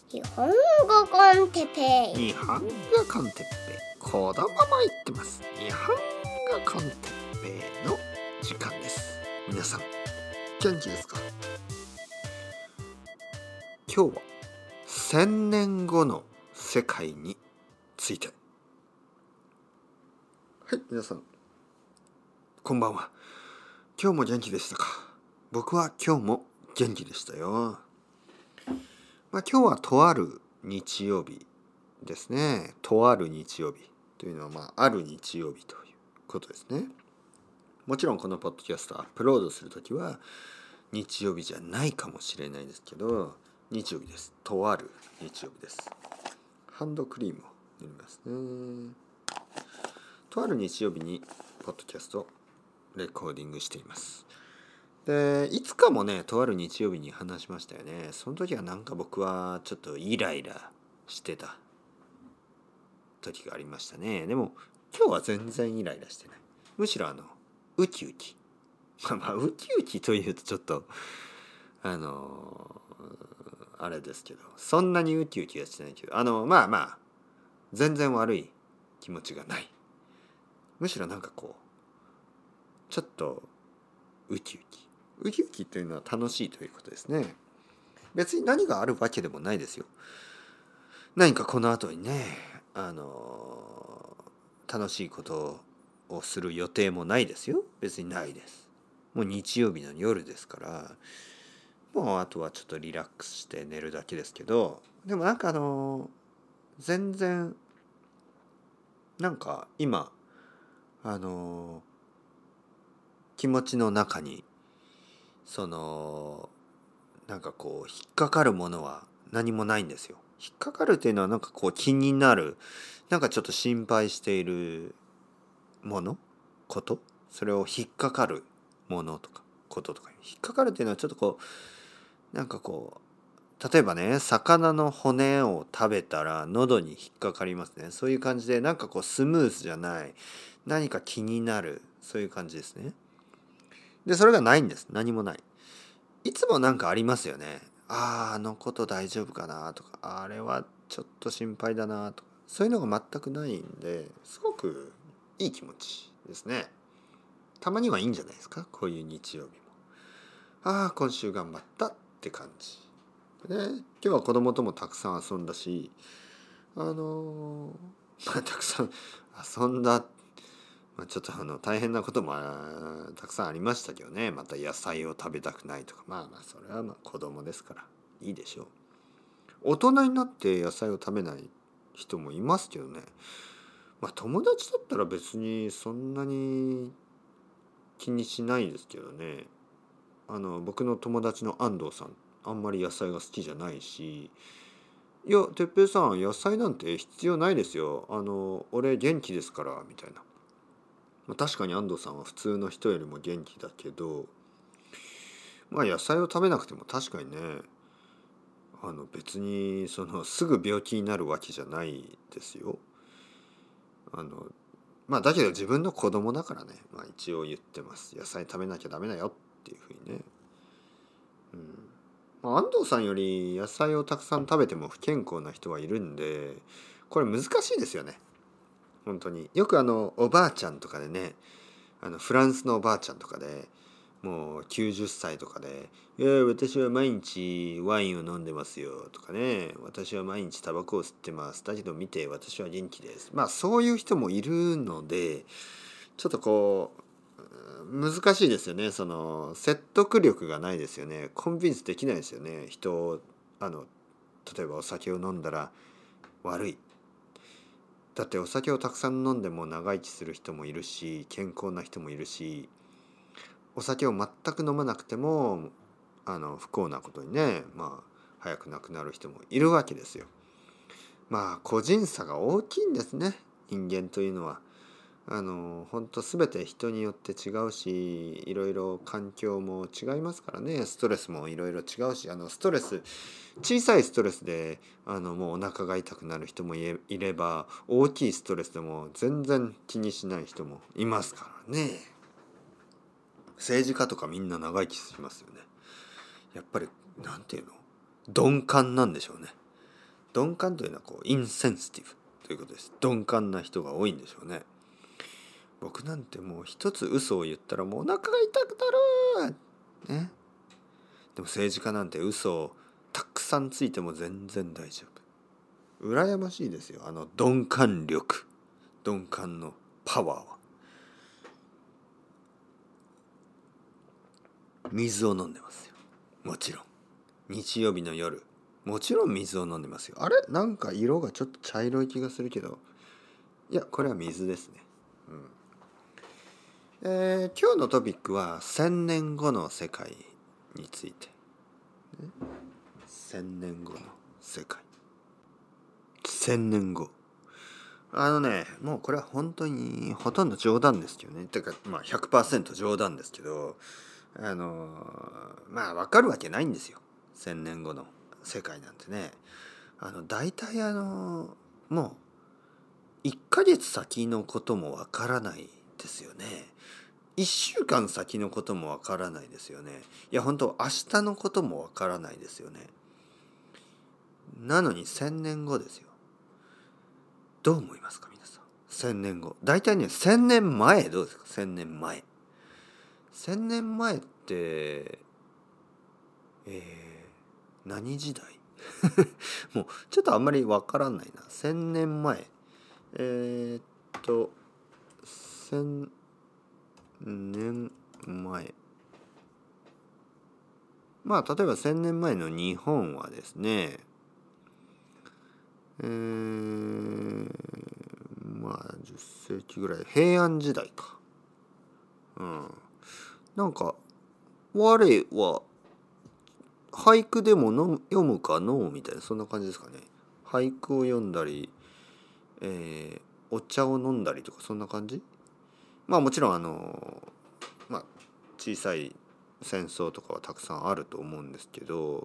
日本語コンテッペイ。 日本語コンテッペイ。子供も言ってます。日本語コンテッペイの時間です。皆さん元気ですか？今日は1000年後の世界について。はい、皆さんこんばんは。今日も元気でしたか？僕は今日も元気でしたよ。今日はとある日曜日ですね。とある日曜日というのは、ある日曜日ということですね。もちろんこのポッドキャストアップロードするときは日曜日じゃないかもしれないですけど、日曜日です。とある日曜日です。ハンドクリームを塗りますね。とある日曜日にポッドキャストレコーディングしています。でいつかもね、とある日曜日に話しましたよね。その時はなんか僕はちょっとイライラしてた時がありましたね。でも今日は全然イライラしてない。むしろウキウキウキウキというとちょっとあれですけど、そんなにウキウキはしてないけど、全然悪い気持ちがない。むしろなんかこうちょっとウキウキというのは楽しいということですね。別に何があるわけでもないですよ。何かこの後にね、楽しいことをする予定もないですよ。別にないです。もう日曜日の夜ですから、もうあとはちょっとリラックスして寝るだけですけど、でもなんか全然なんか今気持ちの中になんかこう引っかかるものは何もないんですよ。引っかかるっていうのはなんかこう気になる、なんかちょっと心配しているもの、こと、それを引っかかるものとかこととか、引っかかるっていうのはちょっとこうなんかこう、例えばね、魚の骨を食べたら喉に引っかかりますね。そういう感じでなんかこうスムーズじゃない、何か気になる、そういう感じですね。でそれがないんです。何もない。いつもなんかありますよね。あのこと大丈夫かなとか、あれはちょっと心配だなとか、そういうのが全くないんで、すごくいい気持ちですね。たまにはいいんじゃないですか、こういう日曜日も。今週頑張ったって感じで、今日は子供ともたくさん遊んだし、たくさん遊んだ。ちょっと大変なこともたくさんありましたけどね。また野菜を食べたくないとか、それは子供ですからいいでしょう。大人になって野菜を食べない人もいますけどね。友達だったら別にそんなに気にしないですけどね。僕の友達の安藤さん、あんまり野菜が好きじゃないし、いや哲平さん野菜なんて必要ないですよ、俺元気ですからみたいな。確かに安藤さんは普通の人よりも元気だけど、野菜を食べなくても確かにね、別にすぐ病気になるわけじゃないですよ。だけど自分の子供だからね、一応言ってます。野菜食べなきゃダメだよっていうふうにね。安藤さんより野菜をたくさん食べても不健康な人はいるんで、これ難しいですよね。本当によくおばあちゃんとかでね、フランスのおばあちゃんとかでもう90歳とかで「いや私は毎日ワインを飲んでますよ」とかね「私は毎日タバコを吸ってますだけど見て私は元気です」そういう人もいるので、ちょっとこう難しいですよね。説得力がないですよね。コンビンスできないですよね。人を例えばお酒を飲んだら悪い。だってお酒をたくさん飲んでも長生きする人もいるし、健康な人もいるし、お酒を全く飲まなくても不幸なことにね、早く亡くなる人もいるわけですよ。個人差が大きいんですね、人間というのは。本当全て人によって違うし、いろいろ環境も違いますからね。ストレスもいろいろ違うし、ストレス、小さいストレスでもうお腹が痛くなる人もいれば、大きいストレスでも全然気にしない人もいますからね。政治家とかみんな長生きしますよね。やっぱりなんていうの、鈍感なんでしょうね。 鈍感というのはインセンシティブということです。鈍感な人が多いんでしょうね。僕なんてもう一つ嘘を言ったらもうお腹が痛くなるね。でも政治家なんて嘘をたくさんついても全然大丈夫。羨ましいですよ。鈍感力、鈍感のパワーは。水を飲んでますよ。もちろん。日曜日の夜、もちろん水を飲んでますよ。あれなんか色がちょっと茶色い気がするけど、いやこれは水ですね。今日のトピックは1000年後の世界について。1000年後の世界。1000年後。もうこれは本当にほとんど冗談ですけどね。てか100% 冗談ですけど、分かるわけないんですよ。1000年後の世界なんてね。大体もう1ヶ月先のこともわからないですよね。1週間先のこともわからないですよね。いや本当明日のこともわからないですよね。なのに1000年後ですよ。どう思いますか皆さん。1000年後。大体ね1000年前どうですか。1000年前。1000年前って何時代もうちょっとあんまりわからないな。1000年前。1000年前。例えば1000年前の日本はですね、10世紀ぐらい平安時代か。なんか我は俳句でも読むかのみたいなそんな感じですかね。俳句を読んだり、お茶を飲んだりとかそんな感じ。もちろん小さい戦争とかはたくさんあると思うんですけど、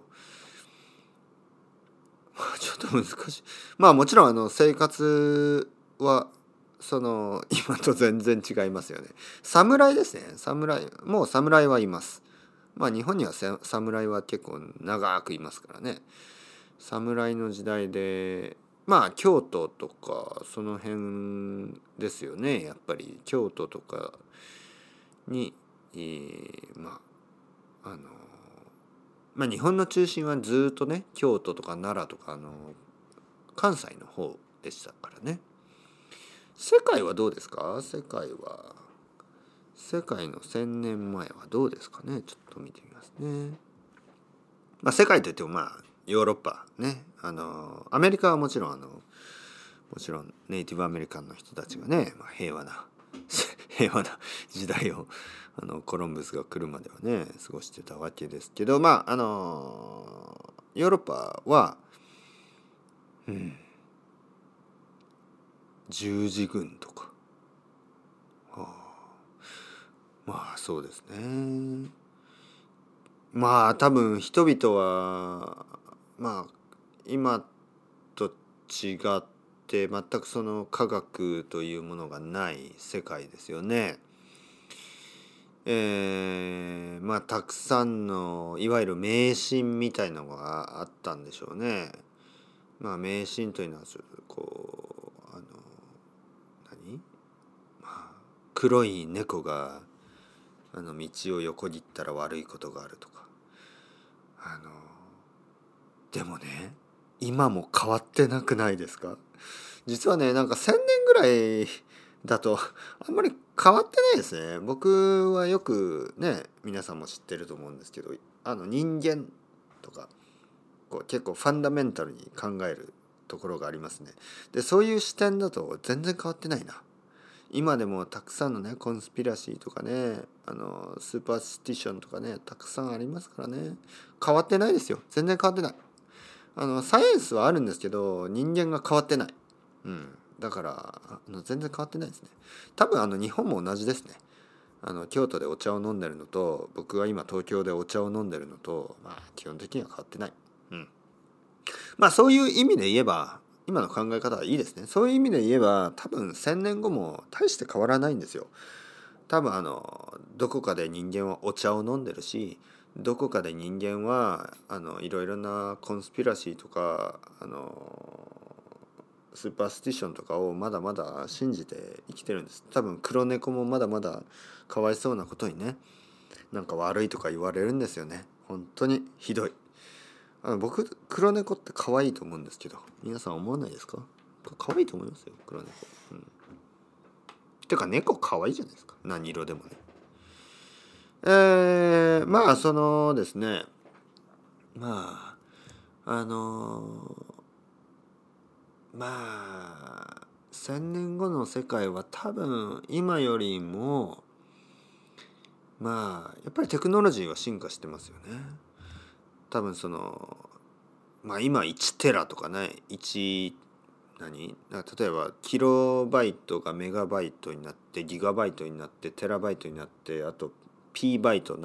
ちょっと難しい。もちろん生活は今と全然違いますよね。侍ですね。もう侍はいます。日本には侍は結構長くいますからね。侍の時代で京都とかその辺ですよね。やっぱり京都とかに、日本の中心はずっとね京都とか奈良とか関西の方でしたからね。世界はどうですか。世界の1000年前はどうですかね。ちょっと見てみますね。世界といってもヨーロッパね、アメリカはもちろんネイティブアメリカンの人たちがね、平和な時代をコロンブスが来るまではね過ごしてたわけですけど、ヨーロッパは十字軍とか、そうですね。多分人々は今と違って全くその科学というものがない世界ですよね。たくさんのいわゆる迷信みたいなのがあったんでしょうね。迷信というのは黒い猫が道を横切ったら悪いことがあるとか、でもね今も変わってなくないですか。実はね1000年ぐらいだとあんまり変わってないですね。僕はよくね皆さんも知ってると思うんですけど、人間とか結構ファンダメンタルに考えるところがありますね。でそういう視点だと全然変わってないな。今でもたくさんのねコンスピラシーとかねスーパースティションとかねたくさんありますからね。変わってないですよ。全然変わってない。サイエンスはあるんですけど人間が変わってない。だから全然変わってないですね。多分日本も同じですね。京都でお茶を飲んでるのと僕は今東京でお茶を飲んでるのと基本的には変わってない。そういう意味で言えば今の考え方はいいですね。そういう意味で言えば多分1000年後も大して変わらないんですよ。多分どこかで人間はお茶を飲んでるし、 どこかで人間はいろいろなコンスピラシーとかスーパースティションとかをまだまだ信じて生きてるんです。多分黒猫もまだまだかわいそうなことにね、なんか悪いとか言われるんですよね。本当にひどい。僕黒猫って可愛いと思うんですけど、皆さん思わないですか？可愛いと思いますよ、黒猫。てか猫可愛いじゃないですか、何色でもね。まあそのですね、まあ1000年後の世界は多分今よりもやっぱりテクノロジーは進化してますよね。多分今1テラとかね、例えばキロバイトがメガバイトになってギガバイトになってテラバイトになって、あと P バイト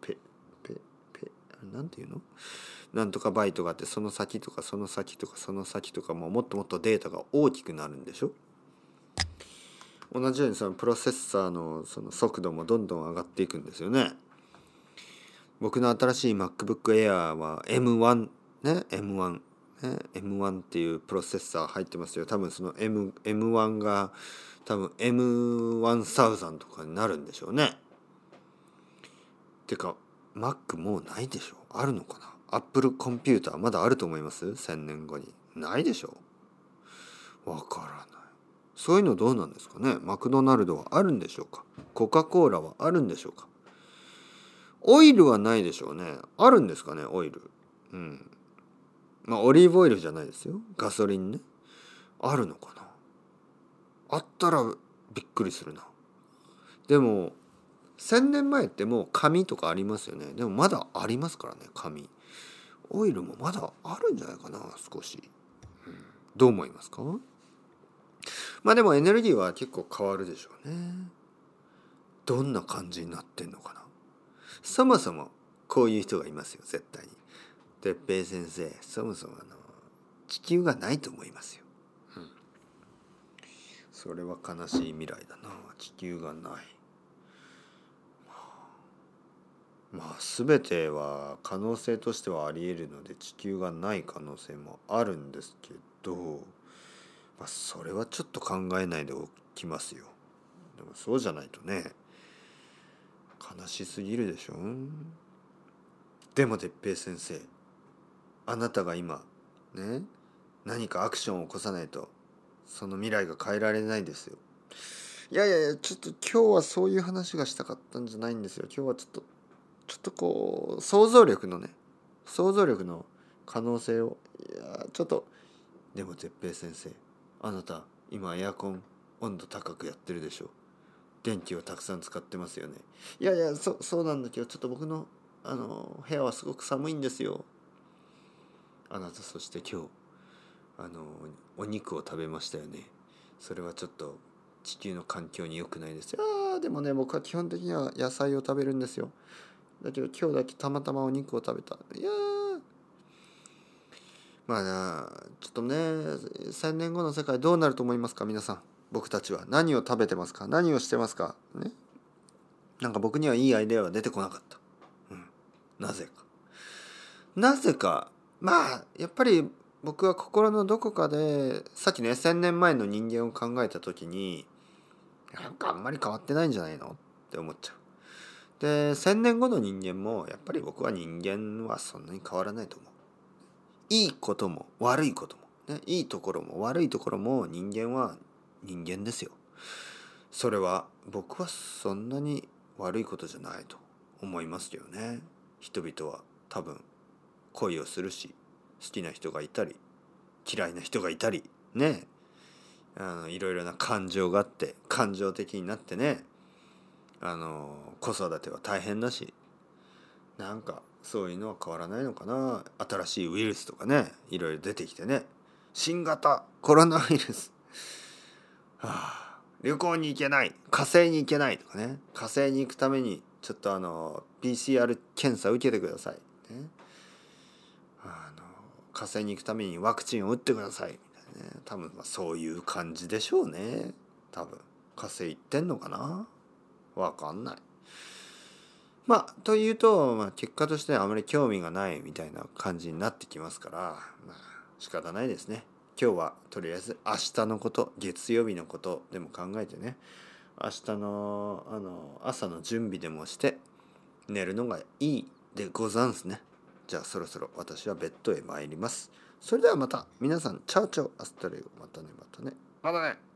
なんていうの、なんとかバイトがあって、その先とかその先とかその先とかもっともっとデータが大きくなるんでしょ。同じようにそのプロセッサーのその速度もどんどん上がっていくんですよね。僕の新しい MacBook Air は M1 ね、M1 っていうプロセッサー入ってますよ。多分その M1 が多分 M1000 とかになるんでしょうね。てか Mac もうないでしょ。あるのかな。Apple コンピューターまだあると思います？ 1000 年後にないでしょ。わからない。そういうのどうなんですかね。マクドナルドはあるんでしょうか。コカ・コーラはあるんでしょうか。オイルはないでしょうね。あるんですかね、オイル。オリーブオイルじゃないですよ。ガソリンね。あるのかな。あったらびっくりするな。でも1000年前ってもう紙とかありますよね。でもまだありますからね、紙。オイルもまだあるんじゃないかな、少し。どう思いますか？でもエネルギーは結構変わるでしょうね。どんな感じになってんのかな。そもそもこういう人がいますよ、絶対に。哲平先生、そもそも地球がないと思いますよ。それは悲しい未来だな。地球がない。全ては可能性としてはあり得るので、地球がない可能性もあるんですけど、それはちょっと考えないでおきますよ。でもそうじゃないとね、悲しすぎるでしょ。でも哲平先生、あなたが今ね、何かアクションを起こさないとその未来が変えられないですよ。いやちょっと今日はそういう話がしたかったんじゃないんですよ。今日はちょっとこう想像力の可能性をちょっと。でも哲平先生、あなた今エアコン温度高くやってるでしょ。電気をたくさん使ってますよね。そうなんだけど、ちょっと僕の部屋はすごく寒いんですよ。あなたそして今日お肉を食べましたよね。それはちょっと地球の環境に良くないですよ。でもね、僕は基本的には野菜を食べるんですよ。だけど今日だけたまたまお肉を食べた。ちょっとね、1000年後の世界どうなると思いますか、皆さん。僕たちは何を食べてますか、何をしてますかね。なんか僕にはいいアイデアは出てこなかった。なぜかやっぱり僕は心のどこかでさっきね、1000年前の人間を考えた時に、なんかあんまり変わってないんじゃないのって思っちゃう。で1000年後の人間もやっぱり僕は人間はそんなに変わらないと思う。いいことも悪いこともね、いいところも悪いところも人間は人間ですよ。それは僕はそんなに悪いことじゃないと思いますけどね。人々は多分恋をするし、好きな人がいたり嫌いな人がいたりね、いろいろな感情があって感情的になってね、子育ては大変だし、なんかそういうのは変わらないのかな。新しいウイルスとかね、いろいろ出てきてね、新型コロナウイルス、旅行に行けない、火星に行けないとかね、火星に行くためにちょっとPCR 検査受けてください、ね、火星に行くためにワクチンを打ってくださいみたいなね。多分そういう感じでしょうね。多分火星行ってんのかな、わかんない。 まあというと、結果としてあまり興味がないみたいな感じになってきますから、仕方ないですね。今日はとりあえず明日のこと、月曜日のことでも考えてね、明日の朝の準備でもして寝るのがいいでござんすね。じゃあそろそろ私はベッドへ参ります。それではまた皆さん、チャオチャオ、アスタレゴ、またねまたね。またね。